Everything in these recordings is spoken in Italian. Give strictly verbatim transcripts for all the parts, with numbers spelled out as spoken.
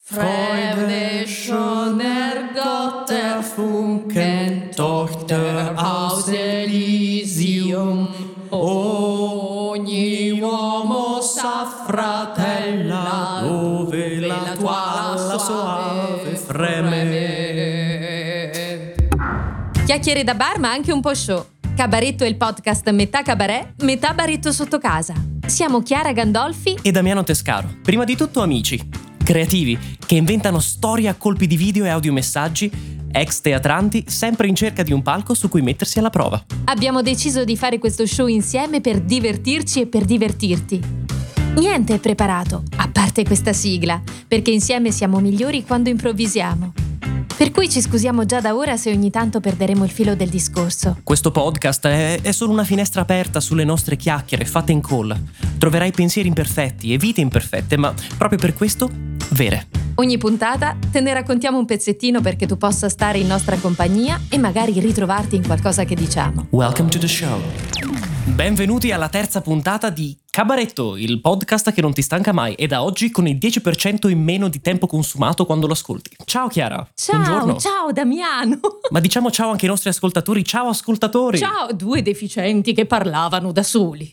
Freude schon ergott erfunken, Tochter aus Elysium. Ogni uomo sa, fratella, dove la tua la soave freme. Chiacchiere da bar, ma anche un po' show. Cabaretto è il podcast metà cabaret, metà baretto sotto casa. Siamo Chiara Gandolfi e Damiano Tescaro. Prima di tutto amici, creativi che inventano storie a colpi di video e audiomessaggi, ex teatranti sempre in cerca di un palco su cui mettersi alla prova. Abbiamo deciso di fare questo show insieme per divertirci e per divertirti. Niente è preparato, a parte questa sigla, perché insieme siamo migliori quando improvvisiamo. Per cui ci scusiamo già da ora se ogni tanto perderemo il filo del discorso. Questo podcast è, è solo una finestra aperta sulle nostre chiacchiere fatte in call. Troverai pensieri imperfetti e vite imperfette, ma proprio per questo, vere. Ogni puntata te ne raccontiamo un pezzettino perché tu possa stare in nostra compagnia e magari ritrovarti in qualcosa che diciamo. Welcome to the show. Benvenuti alla terza puntata di Cabaretto, il podcast che non ti stanca mai e da oggi con il dieci per cento in meno di tempo consumato quando lo ascolti. Ciao Chiara. Ciao, buongiorno. Ciao Damiano. Ma diciamo ciao anche ai nostri ascoltatori. Ciao ascoltatori. Ciao, due deficienti che parlavano da soli.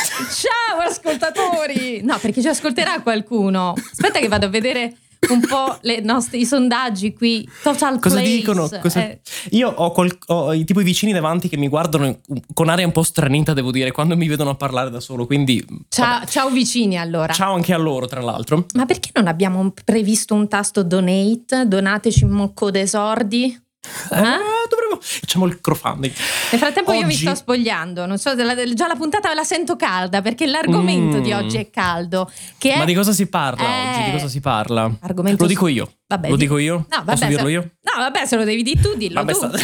Ciao ascoltatori. No, perché ci ascolterà qualcuno. Aspetta che vado a vedere un po' le nostre, i sondaggi qui. Total Cosa Place. dicono? Cosa... Eh. Io ho, qual... ho i tipo i vicini davanti che mi guardano con aria un po' stranita, devo dire, quando mi vedono a parlare da solo, quindi ciao, ciao vicini allora. Ciao anche a loro, tra l'altro. Ma perché non abbiamo previsto un tasto donate? Donateci un mocco dei sordi? Eh, eh? Dovremmo facciamo il crowdfunding. Nel frattempo oggi... io mi sto spogliando. Non so, la, già la puntata la sento calda perché l'argomento mm. di oggi è caldo. Che è... Ma di cosa si parla eh... oggi? Di cosa si parla? Argomento Lo dico io. Vabbè, lo di... dico io? No, vabbè, Posso dirlo se... io? No, vabbè, se lo devi dire tu, dillo vabbè, tu. Sta...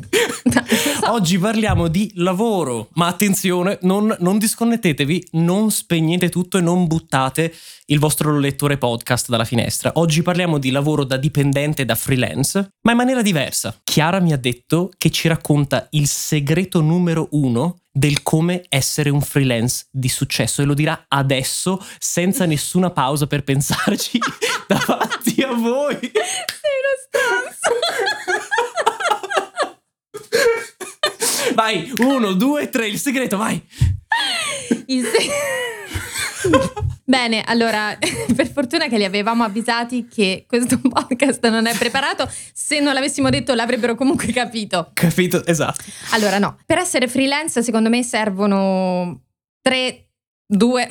no, so. Oggi parliamo di lavoro, ma attenzione, non, non disconnettetevi, non spegnete tutto e non buttate il vostro lettore podcast dalla finestra. Oggi parliamo di lavoro da dipendente, da freelance, ma in maniera diversa. Chiara mi ha detto che ci racconta il segreto numero uno del come essere un freelance di successo e lo dirà adesso senza nessuna pausa per pensarci davanti a voi. Sei uno stronzo. Vai, uno, due, tre, il segreto, vai. Il segreto. Bene, allora, per fortuna che li avevamo avvisati che questo podcast non è preparato. Se non l'avessimo detto l'avrebbero comunque capito. Capito, esatto. Allora no, per essere freelance secondo me servono tre, due...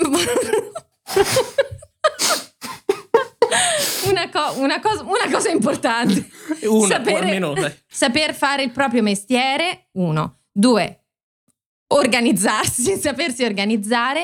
una, co- una, cosa, una cosa importante. Una, sapere, almeno, dai. Saper fare il proprio mestiere, uno. Due, organizzarsi, sapersi organizzare.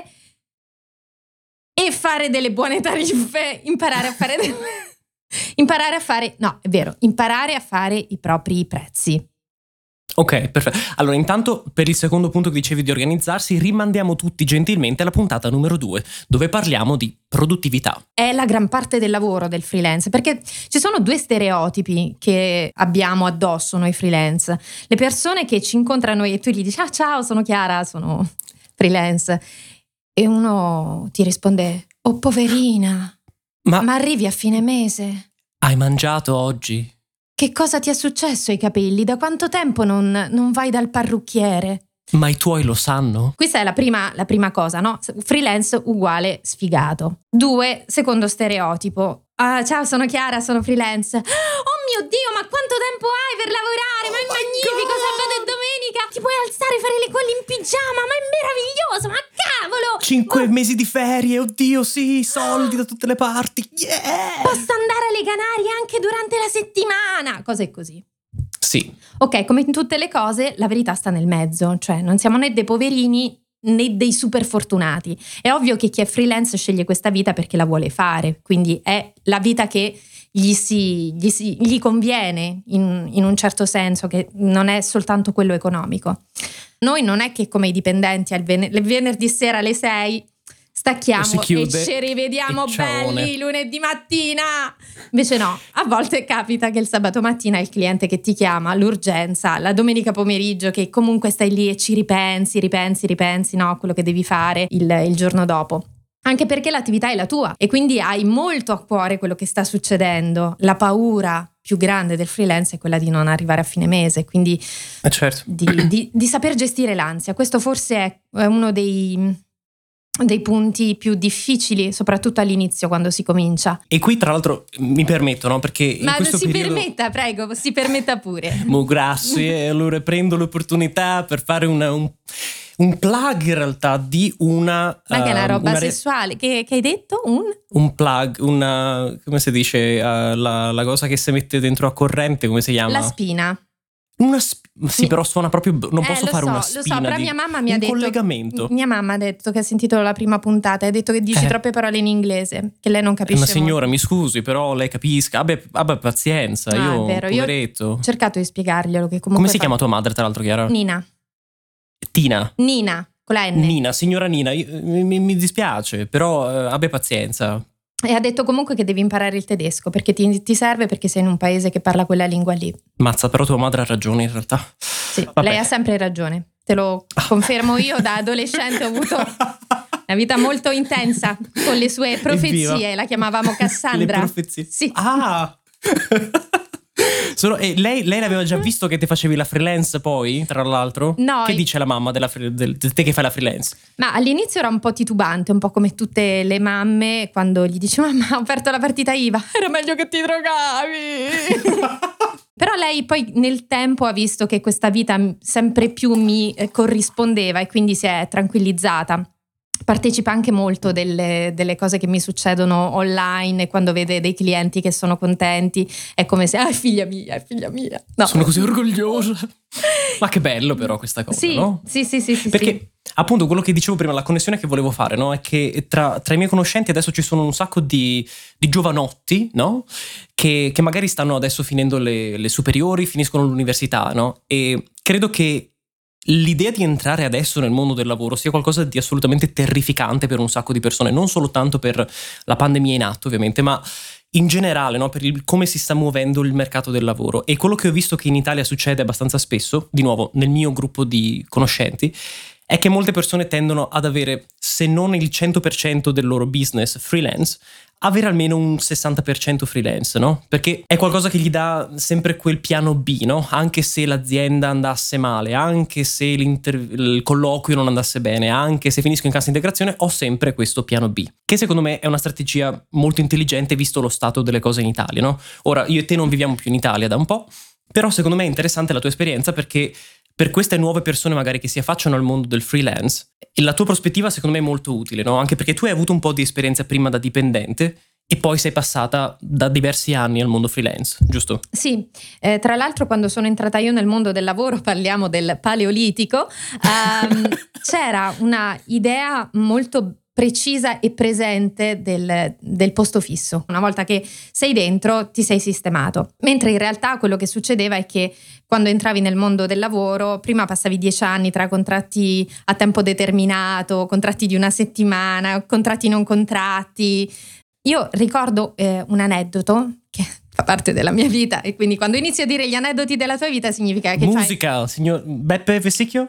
E fare delle buone tariffe, imparare a fare delle... imparare a fare, no, è vero, imparare a fare i propri prezzi. Ok, perfetto. Allora, intanto per il secondo punto che dicevi di organizzarsi, rimandiamo tutti gentilmente alla puntata numero due, dove parliamo di produttività. È la gran parte del lavoro del freelance, perché ci sono due stereotipi che abbiamo addosso noi freelance. Le persone che ci incontrano e tu gli dici ah ciao, sono Chiara, sono freelance. E uno ti risponde, oh poverina, ma, ma arrivi a fine mese. Hai mangiato oggi? Che cosa ti è successo ai capelli? Da quanto tempo non, non vai dal parrucchiere? Ma i tuoi lo sanno? Questa è la prima, la prima cosa, no? Freelance uguale sfigato. Due, secondo stereotipo. Ah, ciao, sono Chiara, sono freelance. Oh mio Dio, ma quanto tempo hai per lavorare? Ma è oh magnifico, sabato e domenica. Ti puoi alzare e fare le call in pigiama, ma è meraviglioso, ma cavolo! Cinque ma... mesi di ferie, oddio, sì, soldi da tutte le parti, yeah! Posso andare alle Canarie anche durante la settimana, cose così. Sì. Ok, come in tutte le cose, la verità sta nel mezzo, cioè non siamo né dei poverini né dei super fortunati. È ovvio che chi è freelance sceglie questa vita perché la vuole fare, quindi è la vita che gli, si, gli, si, gli conviene in, in un certo senso, che non è soltanto quello economico. Noi non è che come i dipendenti al ven- venerdì sera alle sei stacchiamo e ci rivediamo belli lunedì mattina. Invece no, a volte capita che il sabato mattina è il cliente che ti chiama, l'urgenza, la domenica pomeriggio che comunque stai lì e ci ripensi, ripensi, ripensi, no, quello che devi fare il, il giorno dopo. Anche perché l'attività è la tua e quindi hai molto a cuore quello che sta succedendo. La paura più grande del freelance è quella di non arrivare a fine mese, quindi eh certo. di, di, di saper gestire l'ansia. Questo forse è, è uno dei, dei punti più difficili, soprattutto all'inizio quando si comincia. E qui tra l'altro mi permetto, no? Perché in Ma questo si periodo... permetta, prego, si permetta pure. Mo grazie, allora prendo l'opportunità per fare una, un, un plug in realtà di una... Ma che è una uh, roba una re- sessuale, che, che hai detto? Un? Un plug, una... come si dice? Uh, la, la cosa che si mette dentro a corrente, come si chiama? La spina. Una sp- sì, però suona proprio. Non Eh, posso lo fare so, una lo spina. so, però di, mia mamma mi ha un detto. collegamento. Mia mamma ha detto che ha sentito la prima puntata e ha detto che dici Eh. troppe parole in inglese, che lei non Eh, capisce. ma signora, molto. mi scusi, però lei capisca. Abbia, abbia pazienza. No, io, è vero, io- poveretto. Ho cercato di spiegarglielo che comunque Come si fa- chiama tua madre, tra l'altro, Chiara? Nina. Tina. Nina, con la N. Nina, signora Nina, io- mi, mi dispiace, però eh, abbia pazienza. E ha detto comunque che devi imparare il tedesco perché ti, ti serve, perché sei in un paese che parla quella lingua lì. Mazza, però tua madre ha ragione in realtà. Sì, Vabbè. lei ha sempre ragione. Te lo confermo io, da adolescente ho avuto una vita molto intensa con le sue profezie, Evviva. la chiamavamo Cassandra. Le profezie. Sì. Ah! Sono- e lei, lei l'aveva già visto che te facevi la freelance poi, tra l'altro? No. Che dice la mamma della fre- del, del te che fai la freelance? Ma all'inizio era un po' titubante, un po' come tutte le mamme quando gli dice mamma ho aperto la partita I V A, era meglio che ti drogavi. Però lei poi nel tempo ha visto che questa vita sempre più mi eh, corrispondeva e quindi si è tranquillizzata. Partecipa anche molto delle, delle cose che mi succedono online, e quando vede dei clienti che sono contenti è come se ah, è figlia mia, è figlia mia. No. Sono così orgogliosa. Ma che bello però questa cosa, Sì, no? sì, sì, sì, sì. Perché appunto quello che dicevo prima, la connessione che volevo fare, no? È che tra, tra i miei conoscenti adesso ci sono un sacco di, di giovanotti, no? Che, che magari stanno adesso finendo le, le superiori, finiscono l'università, no? E credo che l'idea di entrare adesso nel mondo del lavoro sia qualcosa di assolutamente terrificante per un sacco di persone, non solo tanto per la pandemia in atto ovviamente, ma in generale, no? Per il, come si sta muovendo il mercato del lavoro. E quello che ho visto che in Italia succede abbastanza spesso, di nuovo nel mio gruppo di conoscenti, è che molte persone tendono ad avere, se non il cento per cento del loro business freelance, avere almeno un sessanta per cento freelance, no? Perché è qualcosa che gli dà sempre quel piano B, no? Anche se l'azienda andasse male, anche se il colloquio non andasse bene, anche se finisco in cassa integrazione, ho sempre questo piano B, che secondo me è una strategia molto intelligente visto lo stato delle cose in Italia, no? Ora, io e te non viviamo più in Italia da un po', però secondo me è interessante la tua esperienza perché per queste nuove persone magari che si affacciano al mondo del freelance, la tua prospettiva secondo me è molto utile, no? Anche perché tu hai avuto un po' di esperienza prima da dipendente e poi sei passata da diversi anni al mondo freelance, giusto? Sì, eh, tra l'altro quando sono entrata io nel mondo del lavoro, parliamo del paleolitico, um, c'era una idea molto precisa e presente del, del posto fisso. Una volta che sei dentro ti sei sistemato, mentre in realtà quello che succedeva è che quando entravi nel mondo del lavoro prima passavi dieci anni tra contratti a tempo determinato, contratti di una settimana, contratti non contratti. Io ricordo eh, un aneddoto che fa parte della mia vita e quindi quando inizio a dire gli aneddoti della tua vita significa che musica, c'hai signor Beppe Vessicchio?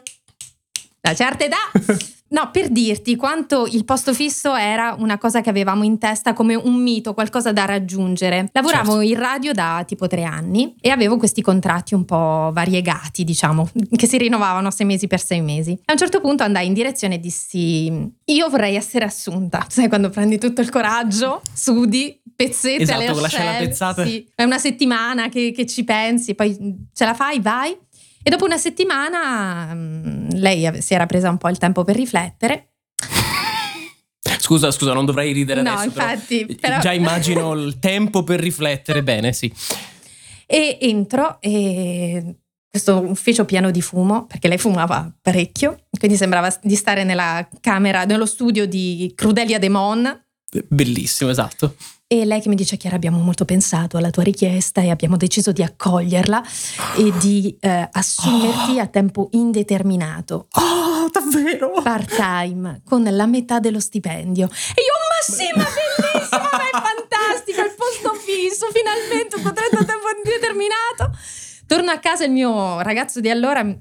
una certa età. No, per dirti quanto il posto fisso era una cosa che avevamo in testa come un mito, qualcosa da raggiungere. Lavoravo Certo. in radio da tipo tre anni e avevo questi contratti un po' variegati, diciamo, che si rinnovavano sei mesi per sei mesi. A un certo punto andai in direzione e dissi: io vorrei essere assunta. Sai, quando prendi tutto il coraggio, sudi, pezzette Esatto, alle lascia la ascelle. pezzata. Sì, è una settimana che, che ci pensi, poi ce la fai, vai. E dopo una settimana mh, lei si era presa un po' il tempo per riflettere. Scusa, scusa, non dovrei ridere No, adesso. infatti, però però- già immagino il tempo per riflettere bene, sì. E entro e questo ufficio pieno di fumo, perché lei fumava parecchio, quindi sembrava di stare nella camera, nello studio di Crudelia De Mon. Bellissimo, esatto. E lei che mi dice: Chiara, abbiamo molto pensato alla tua richiesta e abbiamo deciso di accoglierla e di eh, assumerti Oh. a tempo indeterminato, Oh, davvero? part-time, con la metà dello stipendio. E io: ma sì, ma bellissimo, ma è fantastico, il posto fisso, finalmente un contratto a tempo indeterminato. Torno a casa, il mio ragazzo di allora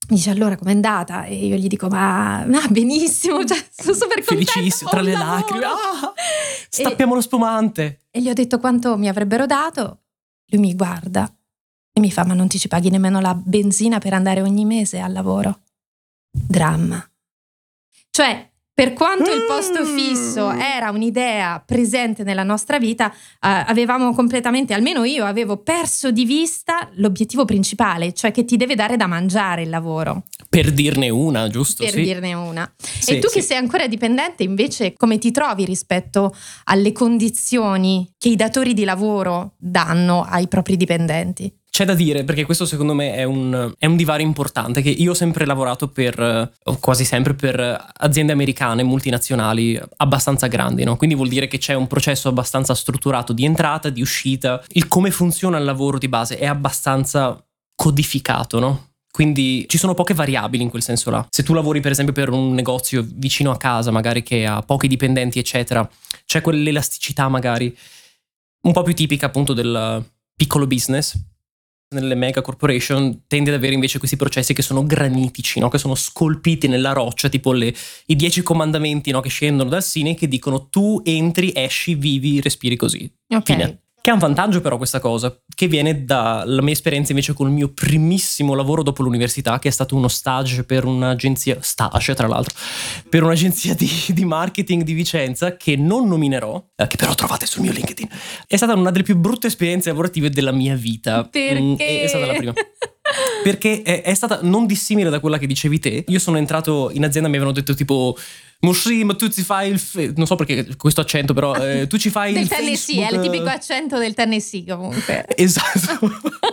Mi dice allora com'è andata? E io gli dico ma ah, benissimo, cioè, sono super contenta. Felicissimo, tra le lacrime. Ah, stappiamo e, lo spumante. E gli ho detto quanto mi avrebbero dato. Lui mi guarda e mi fa ma non ti ci paghi nemmeno la benzina per andare ogni mese al lavoro? Dramma. Cioè, per quanto il posto fisso era un'idea presente nella nostra vita, eh, avevamo completamente, almeno io avevo perso di vista l'obiettivo principale, cioè che ti deve dare da mangiare il lavoro. Per dirne una, giusto? Per sì. dirne una. Sì, e tu sì. che sei ancora dipendente, invece, come ti trovi rispetto alle condizioni che i datori di lavoro danno ai propri dipendenti? C'è da dire, perché questo secondo me è un, è un divario importante, che io ho sempre lavorato per, o quasi sempre per aziende americane, multinazionali, abbastanza grandi, no? Quindi vuol dire che c'è un processo abbastanza strutturato di entrata, di uscita, il come funziona il lavoro di base è abbastanza codificato, no? Quindi ci sono poche variabili in quel senso là. Se tu lavori per esempio per un negozio vicino a casa, magari che ha pochi dipendenti, eccetera, c'è quell'elasticità magari un po' più tipica appunto del piccolo business. Nelle mega corporation tende ad avere invece questi processi che sono granitici, no? Che sono scolpiti nella roccia, tipo le, i dieci comandamenti, no? Che scendono dal Sinai, che dicono tu entri, esci, vivi, respiri così. Ok. Fine. Che ha un vantaggio però questa cosa, che viene dalla mia esperienza invece con il mio primissimo lavoro dopo l'università, che è stato uno stage per un'agenzia, stage tra l'altro, per un'agenzia di, di marketing di Vicenza, che non nominerò, eh, che però trovate sul mio LinkedIn. È stata una delle più brutte esperienze lavorative della mia vita. Perché? Mm, è, è stata la prima. Perché è, è stata non dissimile da quella che dicevi te. Io sono entrato in azienda e mi avevano detto tipo... Mosri, ma tu ci fai il... Fe- non so perché questo accento, però eh, tu ci fai del il Tennessee, Facebook... è il tipico accento del Tennessee comunque. Esatto.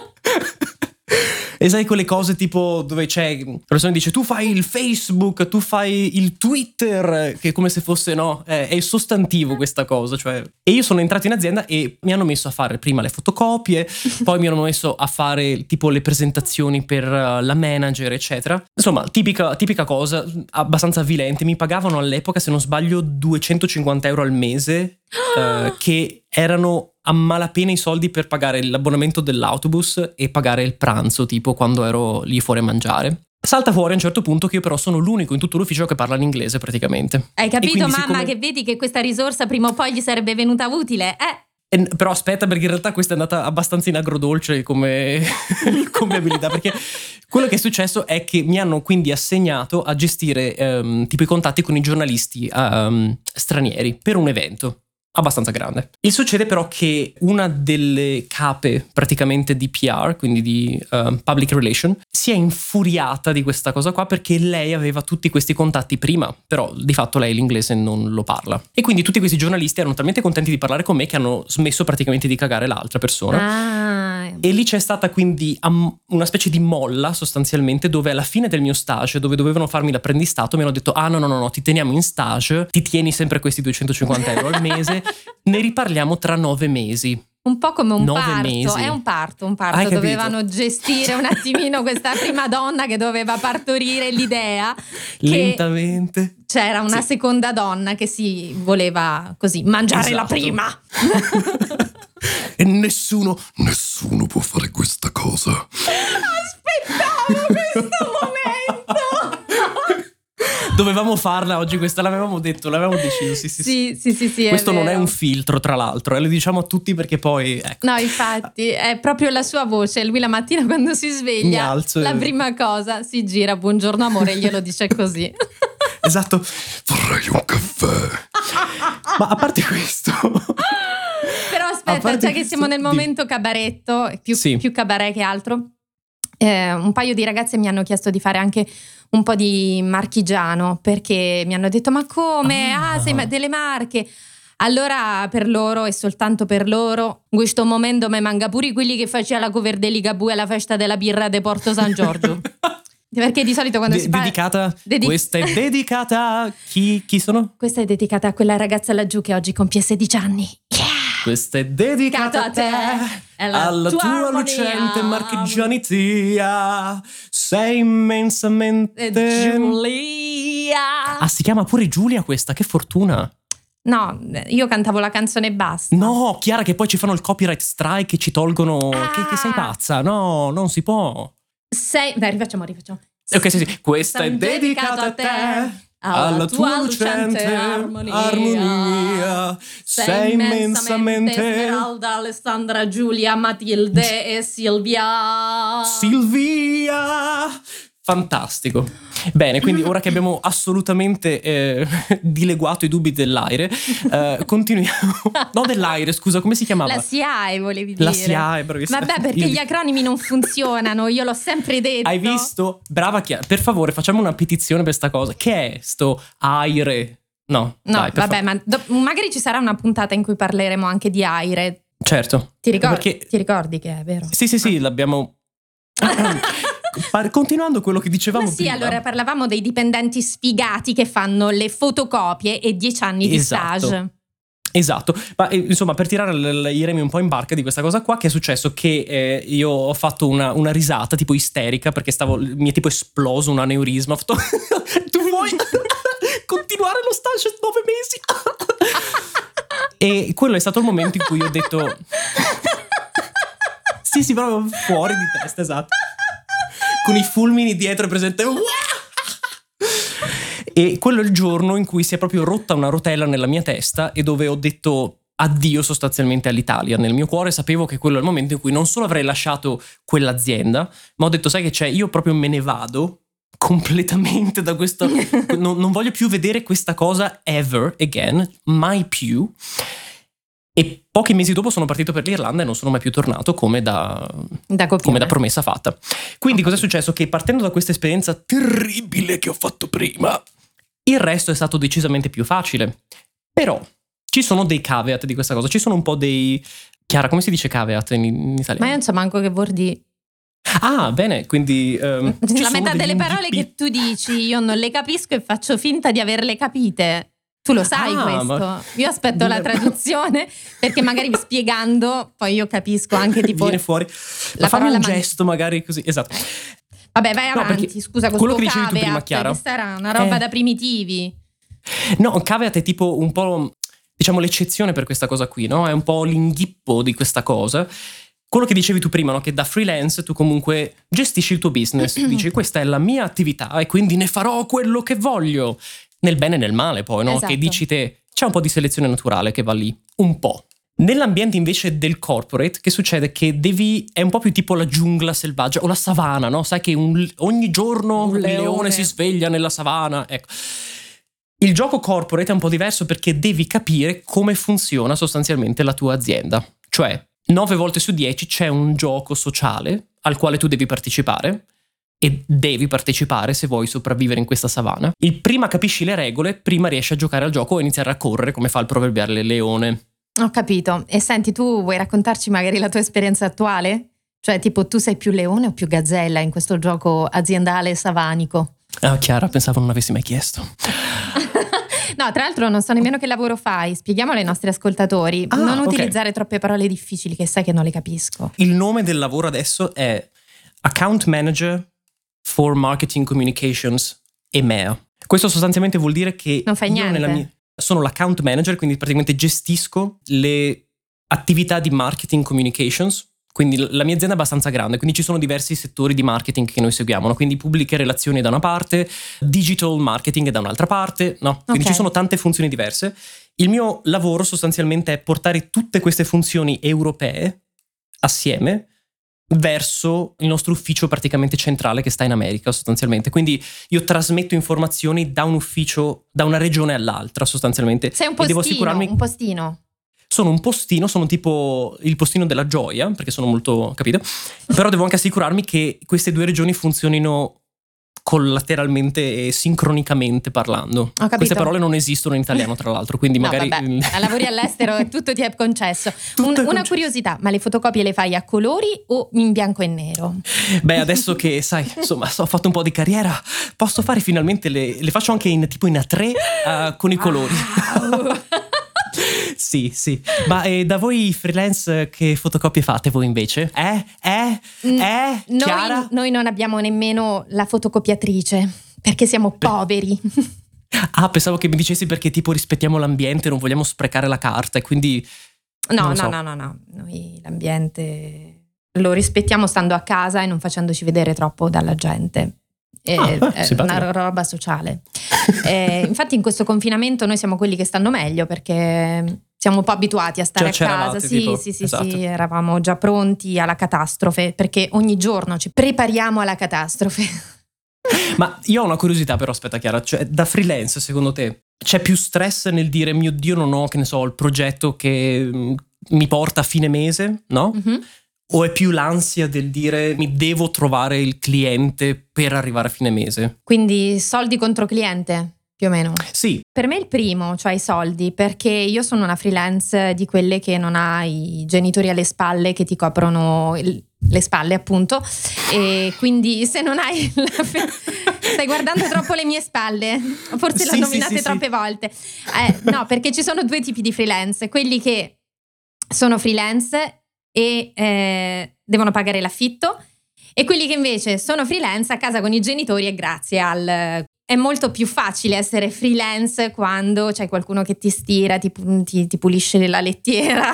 E sai quelle cose tipo dove c'è la persona dice tu fai il Facebook, tu fai il Twitter, che è come se fosse no, è, è il sostantivo questa cosa, cioè. E io sono entrato in azienda e mi hanno messo a fare prima le fotocopie, poi mi hanno messo a fare tipo le presentazioni per uh, la manager, eccetera. Insomma, tipica, tipica cosa, abbastanza avvilente. Mi pagavano all'epoca, se non sbaglio, duecentocinquanta euro al mese, uh, che erano a malapena i soldi per pagare l'abbonamento dell'autobus e pagare il pranzo, tipo quando ero lì fuori a mangiare. Salta fuori a un certo punto che io però sono l'unico in tutto l'ufficio che parla l'inglese praticamente. Hai capito, quindi, mamma, siccome... che vedi che questa risorsa prima o poi gli sarebbe venuta utile? Eh? E, però aspetta, perché in realtà questa è andata abbastanza in agrodolce come, come abilità, perché quello che è successo è che mi hanno quindi assegnato a gestire um, tipo i contatti con i giornalisti um, stranieri per un evento abbastanza grande. Il succede però che una delle cape praticamente di P R, quindi di uh, public relation, si è infuriata di questa cosa qua perché lei aveva tutti questi contatti prima, però di fatto lei l'inglese non lo parla. E quindi tutti questi giornalisti erano talmente contenti di parlare con me che hanno smesso praticamente di cagare l'altra persona. Ah. E lì c'è stata quindi una specie di molla sostanzialmente, dove alla fine del mio stage, dove dovevano farmi l'apprendistato, mi hanno detto ah no no no no, ti teniamo in stage, ti tieni sempre questi duecentocinquanta euro al mese, ne riparliamo tra nove mesi. Un po' come un Nove parto, mesi. è un parto, un parto. Hai capito? Dovevano gestire un attimino questa prima donna che doveva partorire l'idea che Lentamente. c'era una Sì. seconda donna che si voleva così mangiare la Esatto. prima. E nessuno, nessuno può fare questa cosa. Aspettavo questo momento. Dovevamo farla oggi, questa l'avevamo detto, l'avevamo deciso, sì sì sì. Sì, sì, sì, sì, è Questo non è vero. un filtro, tra l'altro, e lo diciamo a tutti perché poi, ecco. No, infatti, è proprio la sua voce. Lui la mattina quando si Mi sveglia, alzo e- la prima cosa si gira, buongiorno amore, e glielo dice così. Esatto. Vorrei un caffè. Ma a parte questo... Però A aspetta, parte già che questo, siamo nel di- momento cabaretto, più, Sì. più cabaret che altro, eh, un paio di ragazze mi hanno chiesto di fare anche un po' di marchigiano, perché mi hanno detto ma come? Ah, Ah. sei ma- delle Marche. Allora per loro e soltanto per loro in questo momento mi manca pure quelli che faceva la cover di Ligabue alla festa della birra de Porto San Giorgio. Perché di solito quando De- si parla... dedicata, Dedi- questa è dedicata a chi, chi sono? Questa è dedicata a quella ragazza laggiù che oggi compie sedici anni. Yeah! Questa è dedicata a te, e alla alla tua tua armonia. lucente marchigianitia, sei immensamente... E Giulia. Ah, si chiama pure Giulia questa, che fortuna. No, io cantavo la canzone e basta. No, Chiara, che poi ci fanno il copyright strike e ci tolgono... Ah. Che, che sei pazza, no, non si può. Sei... Dai, rifacciamo, rifacciamo. Ok, sì, sì. Questa è dedicata a te, alla tua lucente armonia. armonia. Sei immensamente Esmeralda, Alessandra, Giulia, Matilde e Silvia. Silvia. Fantastico. Bene, quindi ora che abbiamo assolutamente eh, dileguato i dubbi dell'aire, eh, continuiamo. No, dell'aire, scusa, come si chiamava? La S I A E volevi dire. La S I A E, bravissima. Vabbè, perché Io- gli acronimi non funzionano, io l'ho sempre detto. Hai visto? Brava Chiara. Per favore, facciamo una petizione per sta cosa. Che è sto aire? No, No, dai, per vabbè, fa- ma do- magari ci sarà una puntata in cui parleremo anche di aire. Certo. Ti ricordi, Perché- ti ricordi che è vero? Sì, sì, sì, l'abbiamo... Par- Continuando quello che dicevamo Ma sì, prima. allora parlavamo dei dipendenti sfigati che fanno le fotocopie e dieci anni di Esatto. stage. Esatto, ma eh, insomma, per tirare l- l- i remi un po' in barca di questa cosa qua, che è successo che eh, io ho fatto una, una risata tipo isterica perché stavo, mi è tipo esploso un aneurisma. Ho fatto, tu vuoi continuare lo stage nove mesi? E quello è stato il momento in cui ho detto sì, sì, proprio fuori di testa, esatto, con i fulmini dietro presente. E quello è il giorno in cui si è proprio rotta una rotella nella mia testa e dove ho detto addio sostanzialmente all'Italia. Nel mio cuore sapevo che quello è il momento in cui non solo avrei lasciato quell'azienda, ma ho detto, sai che c'è, io proprio me ne vado completamente da questo, non, non voglio più vedere questa cosa ever again, mai più. E pochi mesi dopo sono partito per l'Irlanda e non sono mai più tornato come da, Da copione. come da promessa fatta. Quindi cosa è successo? Che partendo da questa esperienza terribile che ho fatto prima, il resto è stato decisamente più facile. Però ci sono dei caveat di questa cosa, ci sono un po' dei... Chiara, come si dice caveat in, in italiano? Ma io non so manco che vuol dire. Ah, bene, quindi... ehm, ci La sono metà degli delle parole inghippi- che tu dici io non le capisco e faccio finta di averle capite. Tu lo sai Ah, questo. ma- Io aspetto la traduzione perché magari spiegando poi io capisco anche tipo viene fuori. la Ma fammi un parola man- gesto magari così, esatto. Vabbè, vai No, avanti, perché scusa, con quello sto che dicevi tu prima, caveat, Chiara. questa era una roba Eh. da primitivi. No, caveat è tipo un po', diciamo, l'eccezione per questa cosa qui, no? È un po' l'inghippo di questa cosa. Quello che dicevi tu prima, no? Che da freelance tu comunque gestisci il tuo business. Dici, questa è la mia attività e quindi ne farò quello che voglio. Nel bene e nel male poi, no? Esatto. Che dici te, c'è un po' di selezione naturale che va lì. Un po'. Nell'ambiente invece del corporate, che succede? Che devi, è un po' più tipo la giungla selvaggia o la savana, no? Sai che un- ogni giorno Un un leone. leone si sveglia nella savana, ecco. Il gioco corporate è un po' diverso perché devi capire come funziona sostanzialmente la tua azienda. Cioè, nove volte su dieci c'è un gioco sociale al quale tu devi partecipare e devi partecipare se vuoi sopravvivere in questa savana. Il prima capisci le regole, prima riesci a giocare al gioco e iniziare a correre come fa il proverbiale leone. Ho capito. E senti, tu vuoi raccontarci magari la tua esperienza attuale? Cioè, tipo, tu sei più leone o più gazzella in questo gioco aziendale savanico? Ah, Chiara, pensavo non avessi mai chiesto. No, tra l'altro non so nemmeno che lavoro fai. Spieghiamolo ai nostri ascoltatori. Ah, non ok. utilizzare troppe parole difficili che sai che non le capisco. Il nome del lavoro adesso è Account Manager for Marketing Communications E M E A. Questo sostanzialmente vuol dire che Non fai io niente. nella mia- sono l'account manager, quindi praticamente gestisco le attività di marketing communications. Quindi la mia azienda è abbastanza grande, quindi ci sono diversi settori di marketing che noi seguiamo, no? Quindi pubbliche relazioni da una parte, digital marketing da un'altra parte, no? Quindi Ok. ci sono tante funzioni diverse. Il mio lavoro sostanzialmente è portare tutte queste funzioni europee assieme verso il nostro ufficio praticamente centrale che sta in America sostanzialmente. Quindi io trasmetto informazioni da un ufficio, da una regione all'altra sostanzialmente. Sei un E devo postino, assicurarmi un postino. sono un postino, sono tipo il postino della gioia, perché sono molto, capito? Però devo anche assicurarmi che queste due regioni funzionino collateralmente e sincronicamente parlando. capito. Queste parole non esistono in italiano, tra l'altro, quindi No, magari... vabbè, lavori all'estero e tutto ti è concesso. Tutto Un- è una concesso. curiosità, ma le fotocopie le fai a colori o in bianco e nero? Beh, adesso che, sai, insomma, ho fatto un po' di carriera, posso fare finalmente le... le faccio anche in tipo in A tre uh, con i colori. Sì, sì. Ma eh, da voi freelance che fotocopie fate voi invece? Eh? Eh? Eh? Noi, Chiara? noi non abbiamo nemmeno la fotocopiatrice perché siamo poveri. Ah, pensavo che mi dicessi perché tipo rispettiamo l'ambiente, non vogliamo sprecare la carta e quindi... No, Non no, lo so. no, no, no. Noi l'ambiente lo rispettiamo stando a casa e non facendoci vedere troppo dalla gente. è, Ah, beh, è simpatica. una roba sociale. Eh, infatti in questo confinamento noi siamo quelli che stanno meglio perché siamo un po' abituati a stare Già a casa. c'eravate, Sì, tipo, sì, sì, esatto. sì, eravamo già pronti alla catastrofe perché ogni giorno ci prepariamo alla catastrofe. Ma io ho una curiosità però, aspetta Chiara, cioè da freelance secondo te c'è più stress nel dire mio Dio non ho, che ne so, il progetto che mm, mi porta a fine mese, no? Mhm. O è più l'ansia del dire mi devo trovare il cliente per arrivare a fine mese? Quindi soldi contro cliente, più o meno. Sì, Per me il primo, cioè i soldi, perché io sono una freelance di quelle che non ha i genitori alle spalle che ti coprono il- le spalle, appunto, e quindi se non hai la fe- stai guardando troppo le mie spalle, forse Sì, l'ho sì, nominate sì, troppe sì. volte. Eh, no, perché ci sono due tipi di freelance, quelli che sono freelance e eh, devono pagare l'affitto, e quelli che invece sono freelance a casa con i genitori e grazie al... È molto più facile essere freelance quando c'è qualcuno che ti stira, ti, pu- ti- ti pulisce la lettiera.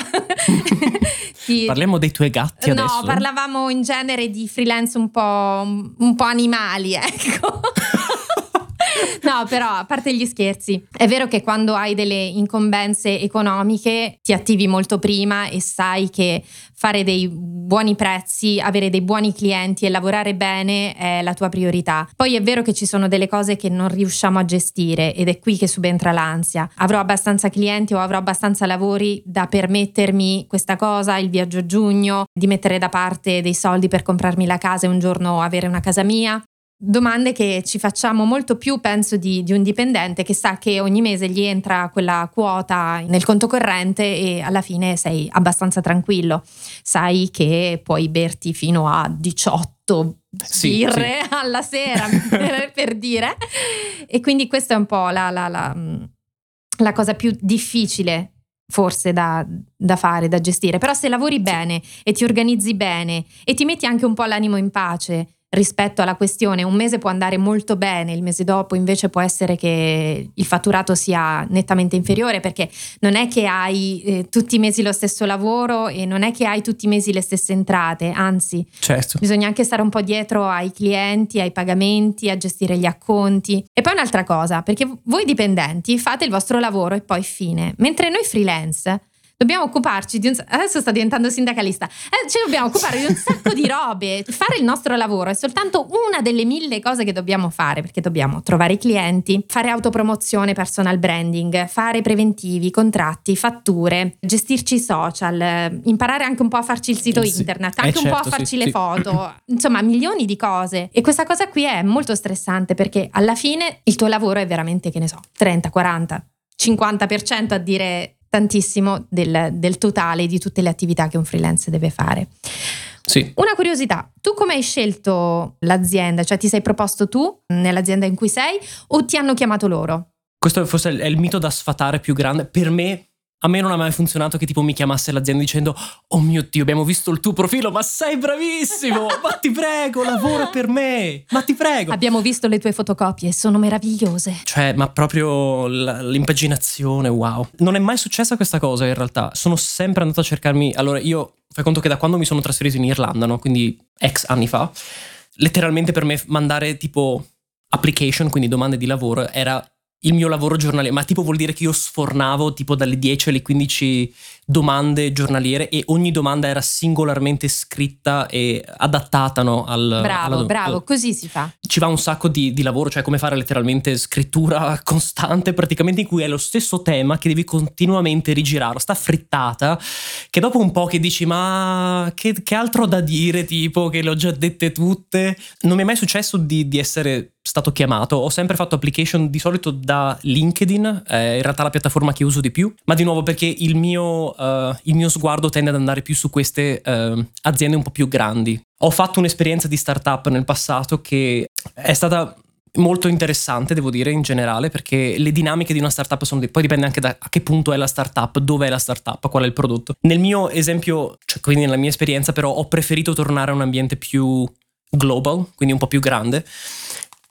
Ti- parliamo dei tuoi gatti No, adesso. parlavamo in genere di freelance un po', un po' animali, ecco. No, però a parte gli scherzi, è vero che quando hai delle incombenze economiche ti attivi molto prima e sai che fare dei buoni prezzi, avere dei buoni clienti e lavorare bene è la tua priorità. Poi è vero che ci sono delle cose che non riusciamo a gestire ed è qui che subentra l'ansia. Avrò abbastanza clienti o avrò abbastanza lavori da permettermi questa cosa, il viaggio a giugno, di mettere da parte dei soldi per comprarmi la casa e un giorno avere una casa mia? Domande che ci facciamo molto più, penso, di, di un dipendente che sa che ogni mese gli entra quella quota nel conto corrente e alla fine sei abbastanza tranquillo. Sai che puoi berti fino a diciotto Sì, birre alla sera, per, per dire. E quindi questa è un po' la, la, la, la cosa più difficile forse da, da fare, da gestire. Però se lavori bene e ti organizzi bene e ti metti anche un po' l'animo in pace rispetto alla questione, un mese può andare molto bene, il mese dopo invece può essere che il fatturato sia nettamente inferiore, perché non è che hai eh, tutti i mesi lo stesso lavoro e non è che hai tutti i mesi le stesse entrate, anzi Certo. bisogna anche stare un po' dietro ai clienti, ai pagamenti, a gestire gli acconti. E poi un'altra cosa, perché voi dipendenti fate il vostro lavoro e poi fine, mentre noi freelance dobbiamo occuparci di un... Adesso sto diventando sindacalista. Eh, ci dobbiamo occupare di un sacco di robe. Fare il nostro lavoro è soltanto una delle mille cose che dobbiamo fare, perché dobbiamo trovare i clienti, fare autopromozione, personal branding, fare preventivi, contratti, fatture, gestirci i social, imparare anche un po' a farci il sito Sì. internet, Eh, anche un po' certo, a farci sì, le sì. foto, insomma milioni di cose. E questa cosa qui è molto stressante perché alla fine il tuo lavoro è veramente, che ne so, trenta, quaranta, cinquanta per cento a dire tantissimo del, del totale di tutte le attività che un freelance deve fare. Sì. Una curiosità, tu come hai scelto l'azienda? Cioè ti sei proposto tu nell'azienda in cui sei o ti hanno chiamato loro? Questo forse è il mito da sfatare più grande. Per me, a me non ha mai funzionato che tipo mi chiamasse l'azienda dicendo oh mio Dio, abbiamo visto il tuo profilo, ma sei bravissimo, ma ti prego, lavora per me, ma ti prego. Abbiamo visto le tue fotocopie, sono meravigliose. Cioè, ma proprio l- l'impaginazione, wow. Non è mai successa questa cosa in realtà. Sono sempre andato a cercarmi. Allora, io fai conto che da quando mi sono trasferito in Irlanda, no? Quindi ex anni fa, letteralmente per me mandare tipo application, quindi domande di lavoro, era il mio lavoro giornaliero. Ma tipo vuol dire che io sfornavo tipo dalle dieci alle quindici domande giornaliere e ogni domanda era singolarmente scritta e adattata, no, al, Bravo, alla- bravo, al- così si fa. ci va un sacco di, di lavoro, cioè come fare letteralmente scrittura costante, praticamente, in cui è lo stesso tema che devi continuamente rigirare, sta frittata, che dopo un po' che dici ma che, che altro ho da dire, tipo che le ho già dette tutte. Non mi è mai successo di, di essere stato chiamato, ho sempre fatto application di solito da LinkedIn, è in realtà la piattaforma che uso di più, ma di nuovo perché il mio, uh, il mio sguardo tende ad andare più su queste uh, aziende un po' più grandi. Ho fatto un'esperienza di startup nel passato che è stata molto interessante, devo dire, in generale, perché le dinamiche di una startup sono di... poi dipende anche da a che punto è la startup, dove è la startup, qual è il prodotto. Nel mio esempio, cioè quindi nella mia esperienza, però ho preferito tornare a un ambiente più global, quindi un po' più grande,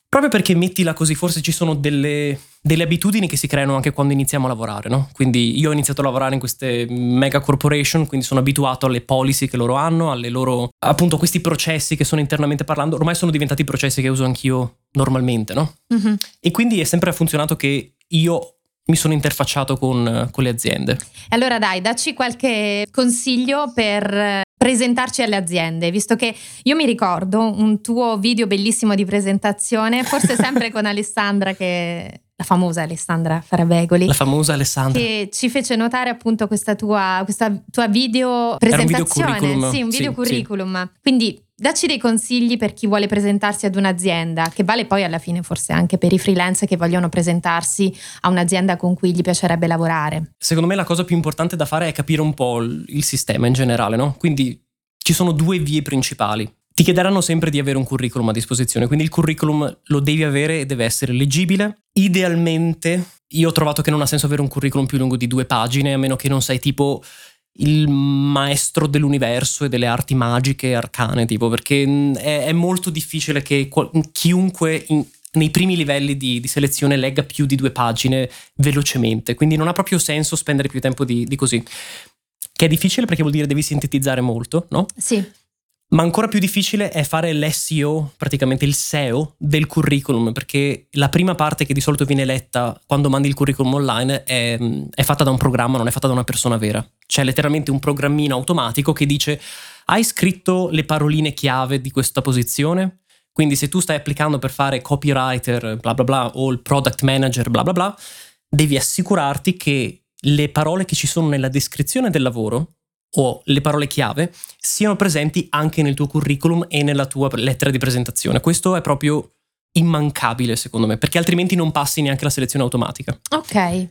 Proprio perché, mettila così, forse ci sono delle, delle abitudini che si creano anche quando iniziamo a lavorare, no? Quindi io ho iniziato a lavorare in queste mega corporation, quindi sono abituato alle policy che loro hanno, alle loro, appunto, questi processi che sono internamente parlando, ormai sono diventati processi che uso anch'io normalmente, no? Mm-hmm. E quindi è sempre funzionato che io mi sono interfacciato con, con le aziende. Allora dai, dacci qualche consiglio per presentarci alle aziende, visto che io mi ricordo un tuo video bellissimo di presentazione, forse sempre con Alessandra, che la famosa Alessandra Farabegoli, la famosa Alessandra, che ci fece notare appunto questa tua, questa tua video presentazione. Era un video curriculum. Sì, un video sì, curriculum. Sì. Quindi dacci dei consigli per chi vuole presentarsi ad un'azienda, che vale poi alla fine forse anche per i freelance che vogliono presentarsi a un'azienda con cui gli piacerebbe lavorare. Secondo me la cosa più importante da fare è capire un po' il sistema in generale, no? Quindi ci sono due vie principali. Ti chiederanno sempre di avere un curriculum a disposizione, quindi il curriculum lo devi avere e deve essere leggibile. Idealmente, io ho trovato che non ha senso avere un curriculum più lungo di due pagine, a meno che non sei tipo il maestro dell'universo e delle arti magiche arcane, tipo, perché è, è molto difficile che qual- chiunque in, nei primi livelli di, di selezione legga più di due pagine velocemente, quindi non ha proprio senso spendere più tempo di, di così. Che è difficile perché vuol dire devi sintetizzare molto, no? Sì. Ma ancora più difficile è fare l'S E O, praticamente il S E O del curriculum, perché la prima parte che di solito viene letta quando mandi il curriculum online è, è fatta da un programma, non è fatta da una persona vera. C'è letteralmente un programmino automatico che dice: hai scritto le paroline chiave di questa posizione? Quindi se tu stai applicando per fare copywriter bla bla bla o il product manager bla bla bla, devi assicurarti che le parole che ci sono nella descrizione del lavoro o le parole chiave siano presenti anche nel tuo curriculum e nella tua lettera di presentazione. Questo è proprio immancabile secondo me, perché altrimenti non passi neanche la selezione automatica. Ok.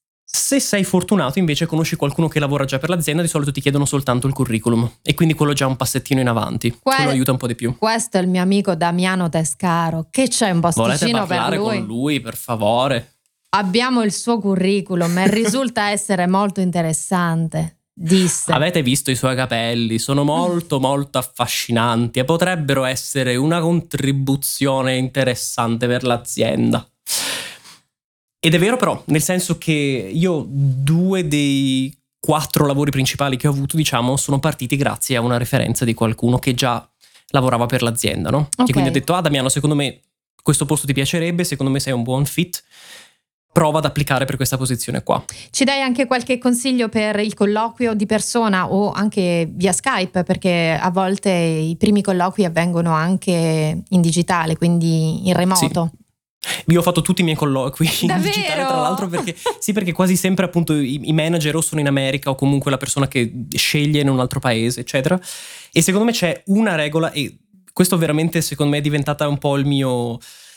Se sei fortunato invece conosci qualcuno che lavora già per l'azienda, di solito ti chiedono soltanto il curriculum e quindi quello già un passettino in avanti. Que- quello aiuta un po' di più. Questo è il mio amico Damiano Tescaro, che c'è un posticino per lui? Volete parlare con lui, per favore? Abbiamo il suo curriculum e risulta essere molto interessante. Disse. Avete visto i suoi capelli? Sono molto molto affascinanti e potrebbero essere una contribuzione interessante per l'azienda. Ed è vero però, nel senso che io due dei quattro lavori principali che ho avuto, diciamo, sono partiti grazie a una referenza di qualcuno che già lavorava per l'azienda, no? Okay. Che quindi ha detto: ah Damiano, secondo me questo posto ti piacerebbe, secondo me sei un buon fit, prova ad applicare per questa posizione qua. Ci dai anche qualche consiglio per il colloquio di persona o anche via Skype, perché a volte i primi colloqui avvengono anche in digitale, quindi in remoto. Sì. Io ho fatto tutti i miei colloqui in Davvero? digitale, tra l'altro, perché sì, perché quasi sempre appunto i, i manager o sono in America o comunque la persona che sceglie in un altro paese, eccetera. E secondo me c'è una regola, e questo veramente secondo me è diventata un po' il mio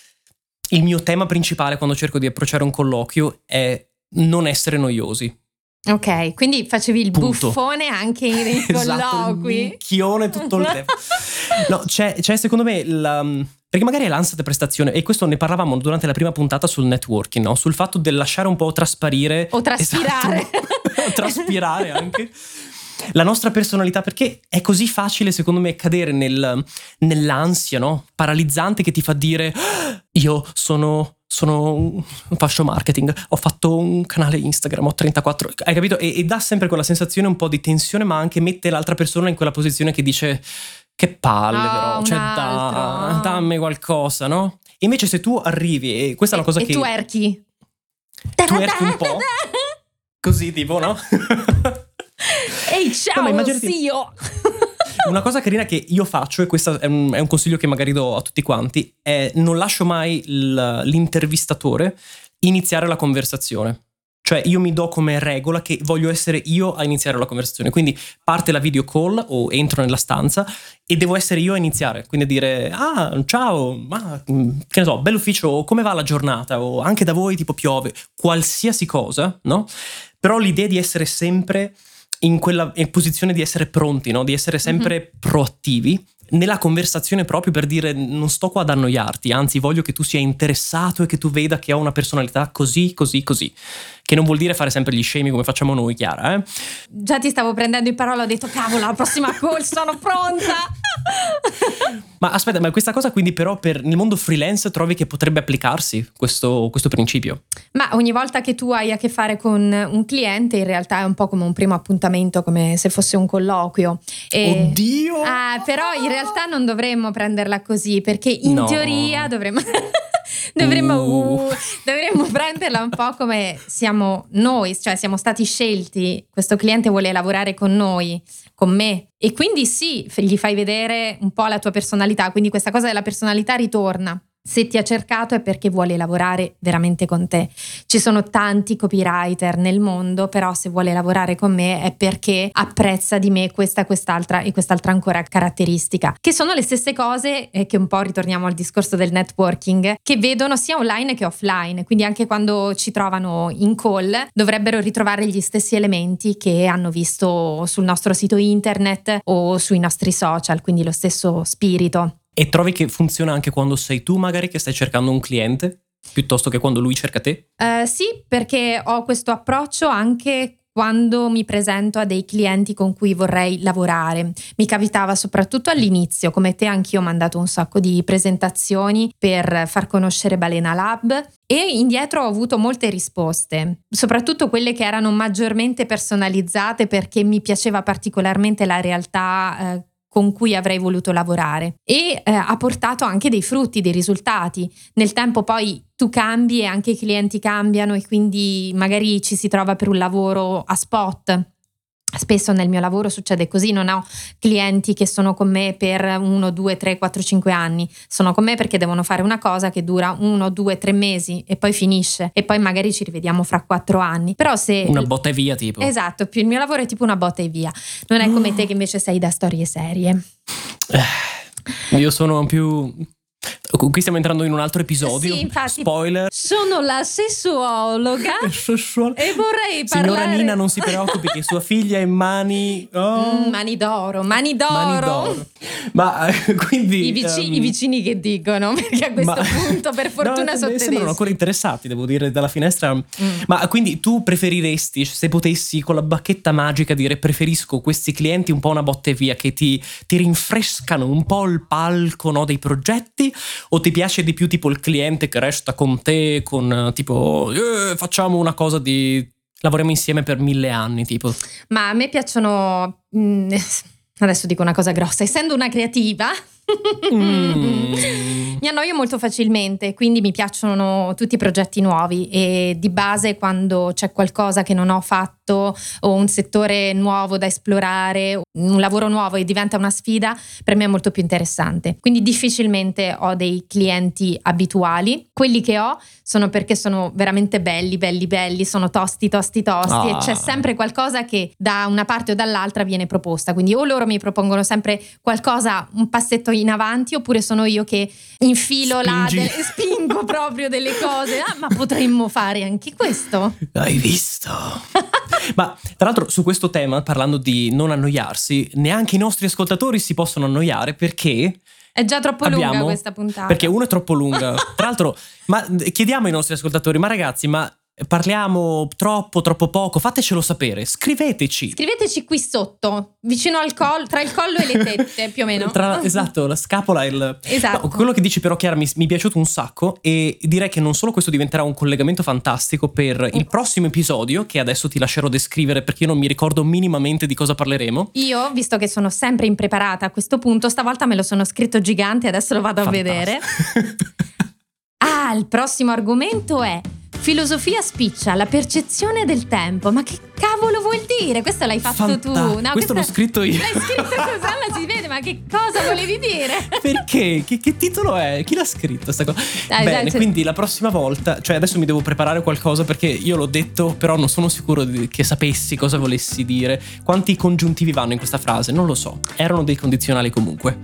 il mio tema principale quando cerco di approcciare un colloquio, è non essere noiosi. Ok, quindi facevi il Punto. Buffone anche nei esatto, colloqui. Il minchione tutto il tempo. No, c'è, c'è secondo me la, perché magari è l'ansia da prestazione, e questo ne parlavamo durante la prima puntata sul networking, no? Sul fatto del lasciare un po' trasparire o traspirare. Esatto, traspirare anche la nostra personalità, perché è così facile secondo me cadere nel, nell'ansia, no? Paralizzante, che ti fa dire: io sono sono un fascio marketing, ho fatto un canale Instagram, ho trentaquattro, hai capito? E, e dà sempre quella sensazione un po' di tensione, ma anche mette l'altra persona in quella posizione che dice: che palle, oh, però, cioè da, dammi qualcosa, no? Invece se tu arrivi, e questa è una cosa e che tu erchi tu erchi un po' così, tipo, no? Ehi, ciao, no, immaginati... zio! Una cosa carina che io faccio, e questo è un, è un consiglio che magari do a tutti quanti, è: non lascio mai il, l'intervistatore iniziare la conversazione. Cioè io mi do come regola che voglio essere io a iniziare la conversazione. Quindi parte la video call o entro nella stanza e devo essere io a iniziare. Quindi a dire: ah, ciao, ma che ne so, bell'ufficio, come va la giornata? O anche da voi tipo piove, qualsiasi cosa, no? Però l'idea di essere sempre in quella in posizione di essere pronti, no? Di essere sempre mm-hmm. proattivi nella conversazione, proprio per dire: non sto qua ad annoiarti, anzi voglio che tu sia interessato e che tu veda che ho una personalità così, così, così. Che non vuol dire fare sempre gli scemi come facciamo noi, Chiara, eh? Già ti stavo prendendo in parola, ho detto cavolo, la prossima call sono pronta. Ma aspetta, ma questa cosa quindi però per nel mondo freelance trovi che potrebbe applicarsi questo, questo principio? Ma ogni volta che tu hai a che fare con un cliente in realtà è un po' come un primo appuntamento, come se fosse un colloquio. E, Oddio! Ah, però in realtà non dovremmo prenderla così, perché in No. teoria dovremmo... Dovremmo, Uh. uh, dovremmo prenderla un po' come siamo noi, cioè siamo stati scelti, questo cliente vuole lavorare con noi, con me, e quindi sì, gli fai vedere un po' la tua personalità, quindi questa cosa della personalità ritorna. Se ti ha cercato è perché vuole lavorare veramente con te. Ci sono tanti copywriter nel mondo, però se vuole lavorare con me è perché apprezza di me questa, quest'altra e quest'altra ancora caratteristica, che sono le stesse cose, eh, che un po' ritorniamo al discorso del networking, che vedono sia online che offline, quindi anche quando ci trovano in call dovrebbero ritrovare gli stessi elementi che hanno visto sul nostro sito internet o sui nostri social, quindi lo stesso spirito. E trovi che funziona anche quando sei tu magari che stai cercando un cliente, piuttosto che quando lui cerca te? Uh, sì, perché ho questo approccio anche quando mi presento a dei clienti con cui vorrei lavorare. Mi capitava soprattutto all'inizio, come te anch'io ho mandato un sacco di presentazioni per far conoscere Balena Lab e indietro ho avuto molte risposte, soprattutto quelle che erano maggiormente personalizzate perché mi piaceva particolarmente la realtà eh, con cui avrei voluto lavorare e eh, ha portato anche dei frutti, dei risultati. Nel tempo poi tu cambi e anche i clienti cambiano e quindi magari ci si trova per un lavoro a spot. Spesso nel mio lavoro succede così, non ho clienti che sono con me per uno, due, tre, quattro, cinque anni, sono con me perché devono fare una cosa che dura uno, due, tre mesi e poi finisce e poi magari ci rivediamo fra quattro anni. Però se Una botta e via tipo. Esatto, più il mio lavoro è tipo una botta e via, non è come te che invece sei da storie serie. Eh, io sono più... Qui stiamo entrando in un altro episodio. Sì, infatti. Spoiler. Sono la sessuologa e vorrei parlare. Signora Nina, non si preoccupi che sua figlia è in mani oh. mm, mani d'oro, mani d'oro. Mani d'oro. Ma quindi I vicini, um, i vicini che dicono, perché a questo ma, punto per fortuna no, sono tedeschi. sembrano ancora interessati, devo dire, dalla finestra. Mm. Ma quindi tu preferiresti, se potessi con la bacchetta magica dire preferisco questi clienti un po' una botta e via che ti, ti rinfrescano un po' il palco, no, dei progetti, o ti piace di più tipo il cliente che resta con te con tipo eh, facciamo una cosa di lavoriamo insieme per mille anni tipo? Ma a me piacciono mh, adesso dico una cosa grossa, essendo una creativa mm. mi annoio molto facilmente, quindi mi piacciono tutti i progetti nuovi e di base quando c'è qualcosa che non ho fatto o un settore nuovo da esplorare, un lavoro nuovo e diventa una sfida, per me è molto più interessante. Quindi difficilmente ho dei clienti abituali, quelli che ho sono perché sono veramente belli, belli, belli, sono tosti, tosti, tosti ah. e c'è sempre qualcosa che da una parte o dall'altra viene proposta, quindi o loro mi propongono sempre qualcosa un passetto in avanti oppure sono io che infilo là de- spingo proprio delle cose. Ah, ma potremmo fare anche questo. Hai visto? Ma tra l'altro su questo tema, parlando di non annoiarsi, neanche i nostri ascoltatori si possono annoiare perché è già troppo abbiamo, lunga questa puntata. Perché uno è troppo lunga. Tra l'altro, ma chiediamo ai nostri ascoltatori, ma ragazzi, ma parliamo troppo, troppo poco? Fatecelo sapere, scriveteci. Scriveteci qui sotto, vicino al collo, tra il collo e le tette, più o meno. Tra, esatto, la scapola e il... Esatto. No, quello che dici però, Chiara, mi, mi è piaciuto un sacco e direi che non solo questo diventerà un collegamento fantastico per il prossimo episodio, che adesso ti lascerò descrivere perché io non mi ricordo minimamente di cosa parleremo. Io, visto che sono sempre impreparata a questo punto, stavolta me lo sono scritto gigante, adesso lo vado Fantastico. a vedere. Ah, il prossimo argomento è filosofia spiccia, la percezione del tempo. Ma che cavolo vuol dire? Questo l'hai fatto Fanta- tu. No, questo l'ho scritto io. L'hai scritto così, ma si vede, ma che cosa volevi dire? Perché? Che, che titolo è? Chi l'ha scritto sta cosa? Dai, Bene, dai, quindi la prossima volta, cioè adesso mi devo preparare qualcosa perché io l'ho detto, però non sono sicuro di, che sapessi cosa volessi dire. Quanti congiuntivi vanno in questa frase? Non lo so. Erano dei condizionali comunque.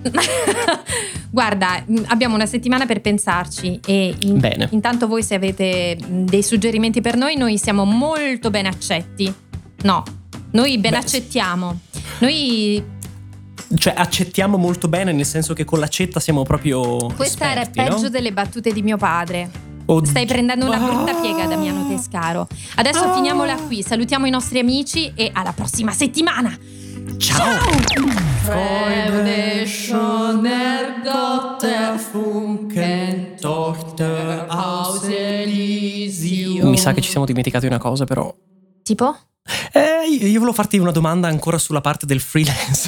Guarda, abbiamo una settimana per pensarci e in, Bene. intanto voi se avete dei suggerimenti per noi, noi siamo molto ben accetti. No, noi ben Beh, accettiamo. Noi Cioè accettiamo molto bene, nel senso che con l'accetta siamo proprio Questa esperti, era peggio no? delle battute di mio padre. Oddio. Stai prendendo una brutta Ah. piega, Damiano Tescaro. Adesso Ah. finiamola qui, salutiamo i nostri amici e alla prossima settimana. Ciao. Freude schon ergott der Funken, Tochter aus Elysium. Mi sa che ci siamo dimenticati una cosa, però. Tipo? Eh, io volevo farti una domanda ancora sulla parte del freelance.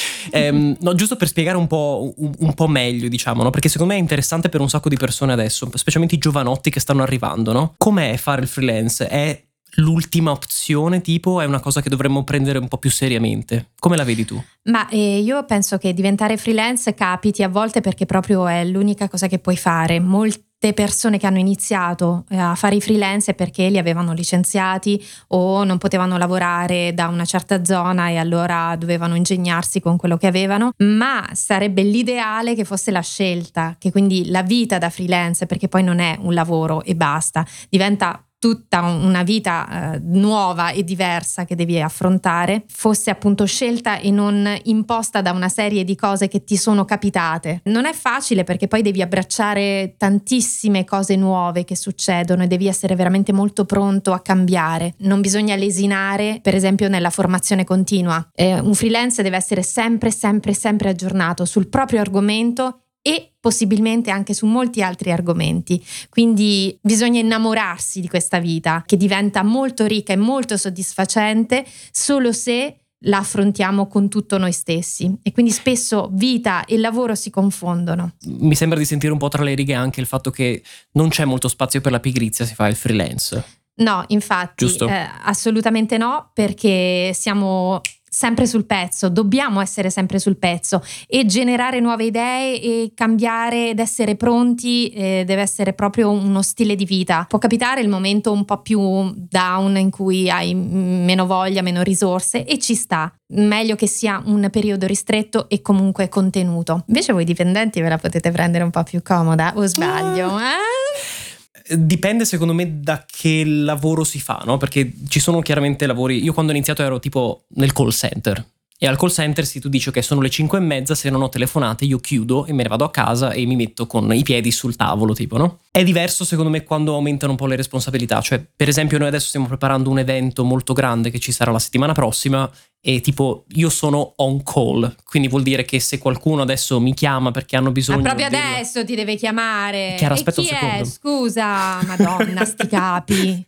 Ehm, no, giusto per spiegare un po', un, un po' meglio, diciamo, no? Perché secondo me è interessante per un sacco di persone adesso, specialmente i giovanotti che stanno arrivando, no? Com'è fare il freelance? È l'ultima opzione, tipo? È una cosa che dovremmo prendere un po' più seriamente? Come la vedi tu? Ma eh, io penso che diventare freelance capiti a volte perché proprio è l'unica cosa che puoi fare. Molte persone che hanno iniziato a fare i freelance è perché li avevano licenziati o non potevano lavorare da una certa zona e allora dovevano ingegnarsi con quello che avevano, ma sarebbe l'ideale che fosse la scelta, che quindi la vita da freelance, perché poi non è un lavoro e basta, diventa tutta una vita eh, nuova e diversa che devi affrontare, fosse appunto scelta e non imposta da una serie di cose che ti sono capitate. Non è facile perché poi devi abbracciare tantissime cose nuove che succedono e devi essere veramente molto pronto a cambiare. Non bisogna lesinare, per esempio, nella formazione continua. Eh, un freelance deve essere sempre, sempre, sempre aggiornato sul proprio argomento e possibilmente anche su molti altri argomenti. Quindi bisogna innamorarsi di questa vita che diventa molto ricca e molto soddisfacente solo se la affrontiamo con tutto noi stessi, e quindi spesso vita e lavoro si confondono. Mi sembra di sentire un po' tra le righe anche il fatto che non c'è molto spazio per la pigrizia, si fa il freelance. No, infatti, Giusto? eh, assolutamente no, perché siamo sempre sul pezzo, dobbiamo essere sempre sul pezzo e generare nuove idee e cambiare ed essere pronti eh, deve essere proprio uno stile di vita. Può capitare il momento un po' più down in cui hai meno voglia, meno risorse, e ci sta. Meglio che sia un periodo ristretto e comunque contenuto. Invece voi dipendenti ve la potete prendere un po' più comoda, o sbaglio? Eh? Dipende secondo me da che lavoro si fa, no? Perché ci sono chiaramente lavori. Io quando ho iniziato ero tipo nel call center, e al call center se tu dici che sono le cinque e mezza, se non ho telefonate io chiudo e me ne vado a casa e mi metto con i piedi sul tavolo, tipo, no? È diverso secondo me quando aumentano un po' le responsabilità. Cioè, per esempio, noi adesso stiamo preparando un evento molto grande che ci sarà la settimana prossima e tipo io sono on call, quindi vuol dire che se qualcuno adesso mi chiama perché hanno bisogno. Ma proprio dello... adesso ti deve chiamare. Chiara, e aspetta chi un secondo. è? Scusa, Madonna, sti capi.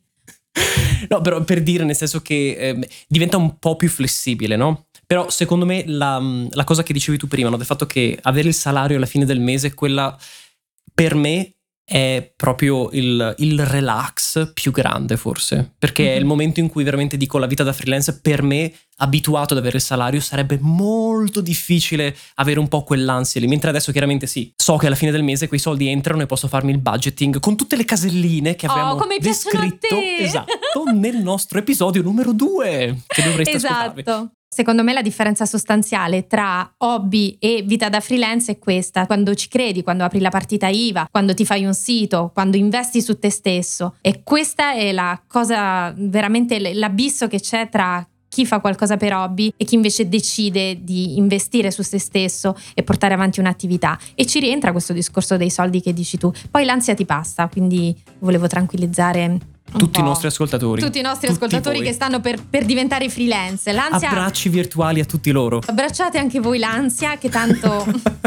No, però per dire, nel senso che eh, diventa un po' più flessibile, no? Però secondo me la, la cosa che dicevi tu prima, no? Del fatto che avere il salario alla fine del mese, quella per me è proprio il, il relax più grande forse, perché Mm-hmm. è il momento in cui veramente dico la vita da freelance per me, abituato ad avere il salario, sarebbe molto difficile avere un po' quell'ansia lì, mentre adesso chiaramente sì, so che alla fine del mese quei soldi entrano e posso farmi il budgeting con tutte le caselline che Oh, abbiamo come piacciono a descritto, te! esatto, nel nostro episodio numero due che dovreste ascoltarvi. Esatto. Secondo me la differenza sostanziale tra hobby e vita da freelance è questa: quando ci credi, quando apri la partita I V A, quando ti fai un sito, quando investi su te stesso. E questa è la cosa, veramente l'abisso che c'è tra chi fa qualcosa per hobby e chi invece decide di investire su se stesso e portare avanti un'attività. E ci rientra questo discorso dei soldi che dici tu. Poi l'ansia ti passa, quindi volevo tranquillizzare un Tutti i po' nostri ascoltatori. tutti i nostri Tutti ascoltatori voi. che stanno per, per diventare freelance. L'ansia, Abbracci virtuali a tutti loro. abbracciate anche voi l'ansia, che tanto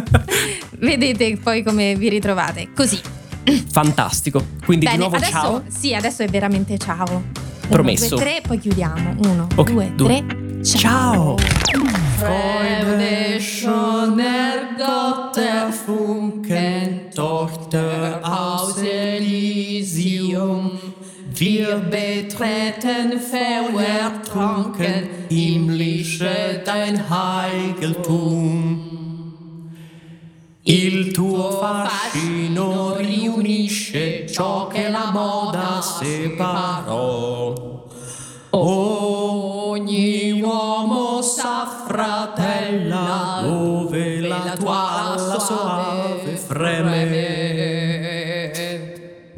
vedete poi come vi ritrovate. Così. Fantastico. Quindi Bene, di nuovo adesso ciao. sì, adesso è veramente ciao. Uno, Promesso. due, tre, poi chiudiamo. Uno, Ok, due, due. tre. Ciao. Freude schon ergott der Funken, Tochter aus Elysium. Wir betreten vertrunken himmlische dein Heiligtum. Il tuo fascino riunisce ciò che la moda separò. Ogni uomo s'affratella dove la tua ala soave freme.